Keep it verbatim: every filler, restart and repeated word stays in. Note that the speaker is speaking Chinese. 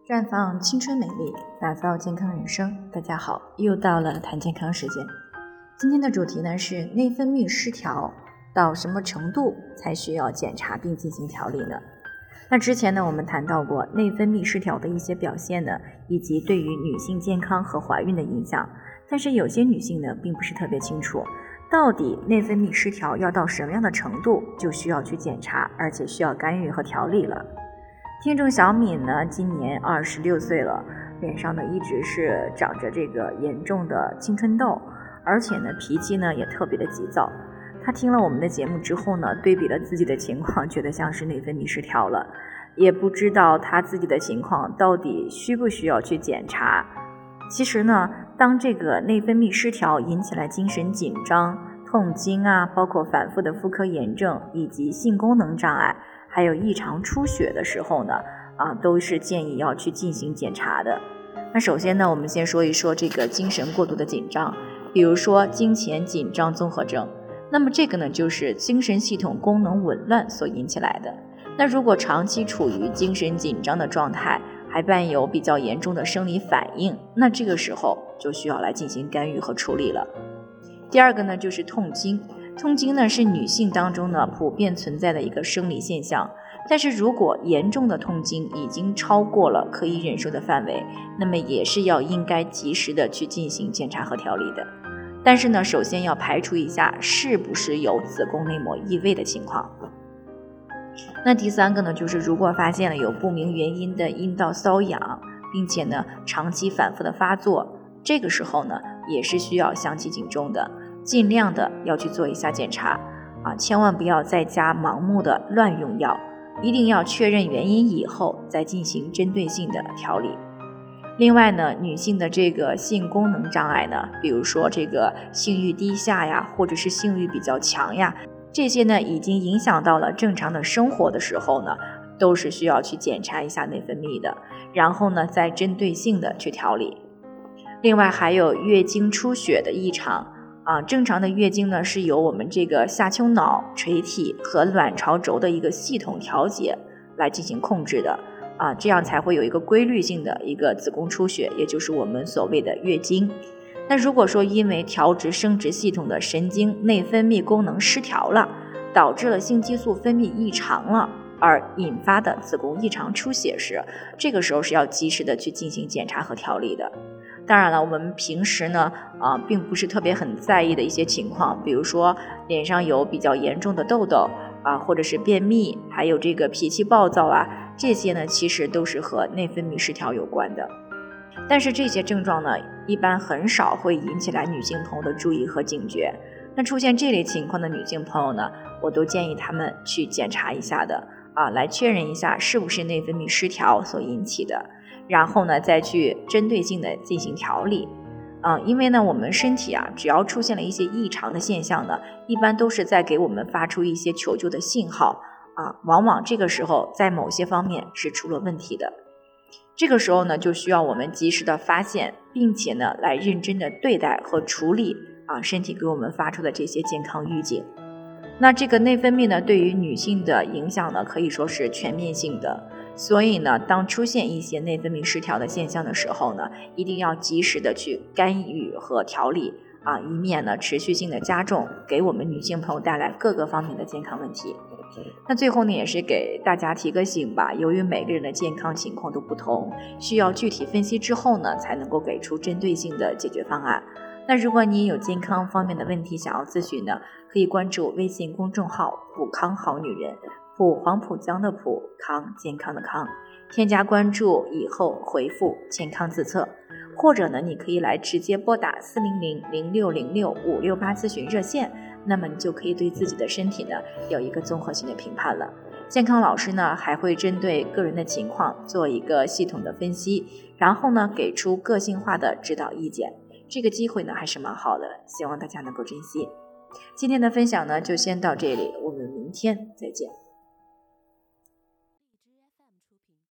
绽放青春美丽，打造健康人生。大家好，又到了谈健康时间。今天的主题呢是内分泌失调，到什么程度才需要检查并进行调理呢？那之前呢我们谈到过内分泌失调的一些表现呢，以及对于女性健康和怀孕的影响。但是有些女性呢并不是特别清楚，到底内分泌失调要到什么样的程度就需要去检查，而且需要干预和调理了。听众小敏呢今年二十六岁了，脸上呢一直是长着这个严重的青春痘，而且呢脾气呢也特别的急躁。她听了我们的节目之后呢，对比了自己的情况，觉得像是内分泌失调了，也不知道她自己的情况到底需不需要去检查。其实呢，当这个内分泌失调引起来精神紧张、痛经啊，包括反复的妇科炎症以及性功能障碍，还有异常出血的时候呢，啊，都是建议要去进行检查的。那首先呢，我们先说一说这个精神过度的紧张，比如说经前紧张综合症。那么这个呢，就是精神系统功能紊乱所引起来的。那如果长期处于精神紧张的状态，还伴有比较严重的生理反应，那这个时候就需要来进行干预和处理了。第二个呢，就是痛经。痛经呢是女性当中呢普遍存在的一个生理现象，但是如果严重的痛经已经超过了可以忍受的范围，那么也是要应该及时的去进行检查和调理的。但是呢，首先要排除一下是不是有子宫内膜异位的情况。那第三个呢，就是如果发现了有不明原因的阴道瘙痒，并且呢长期反复的发作，这个时候呢也是需要响起警钟的，尽量的要去做一下检查啊，千万不要在家盲目的乱用药，一定要确认原因以后再进行针对性的调理。另外呢，女性的这个性功能障碍呢，比如说这个性欲低下呀，或者是性欲比较强呀，这些呢已经影响到了正常的生活的时候呢，都是需要去检查一下内分泌的，然后呢再针对性的去调理。另外还有月经出血的异常啊，正常的月经呢是由我们这个下丘脑、垂体和卵巢轴的一个系统调节来进行控制的啊，这样才会有一个规律性的一个子宫出血，也就是我们所谓的月经。那如果说因为调直生殖系统的神经内分泌功能失调了，导致了性激素分泌异常了，而引发的子宫异常出血时，这个时候是要及时的去进行检查和调理的。当然了，我们平时呢啊、呃，并不是特别很在意的一些情况，比如说脸上有比较严重的痘痘啊，或者是便秘，还有这个脾气暴躁啊，这些呢其实都是和内分泌失调有关的。但是这些症状呢，一般很少会引起来女性朋友的注意和警觉。那出现这类情况的女性朋友呢，我都建议她们去检查一下的啊，来确认一下是不是内分泌失调所引起的，然后呢再去针对性的进行调理。啊，因为呢我们身体啊，只要出现了一些异常的现象呢，一般都是在给我们发出一些求救的信号啊，往往这个时候在某些方面是出了问题的。这个时候呢，就需要我们及时的发现，并且呢来认真的对待和处理啊身体给我们发出的这些健康预警。那这个内分泌呢，对于女性的影响呢，可以说是全面性的。所以呢，当出现一些内分泌失调的现象的时候呢，一定要及时的去干预和调理啊，以免呢持续性的加重，给我们女性朋友带来各个方面的健康问题。那最后呢，也是给大家提个醒吧，由于每个人的健康情况都不同，需要具体分析之后呢，才能够给出针对性的解决方案。那如果你有健康方面的问题想要咨询呢，可以关注微信公众号普康好女人，普黄浦江的普，康健康的康，添加关注以后回复健康自测，或者呢你可以来直接拨打四零零零六零六五六八咨询热线，那么你就可以对自己的身体呢有一个综合性的评判了。健康老师呢还会针对个人的情况做一个系统的分析，然后呢给出个性化的指导意见。这个机会呢还是蛮好的，希望大家能够珍惜。今天的分享呢就先到这里，我们明天再见。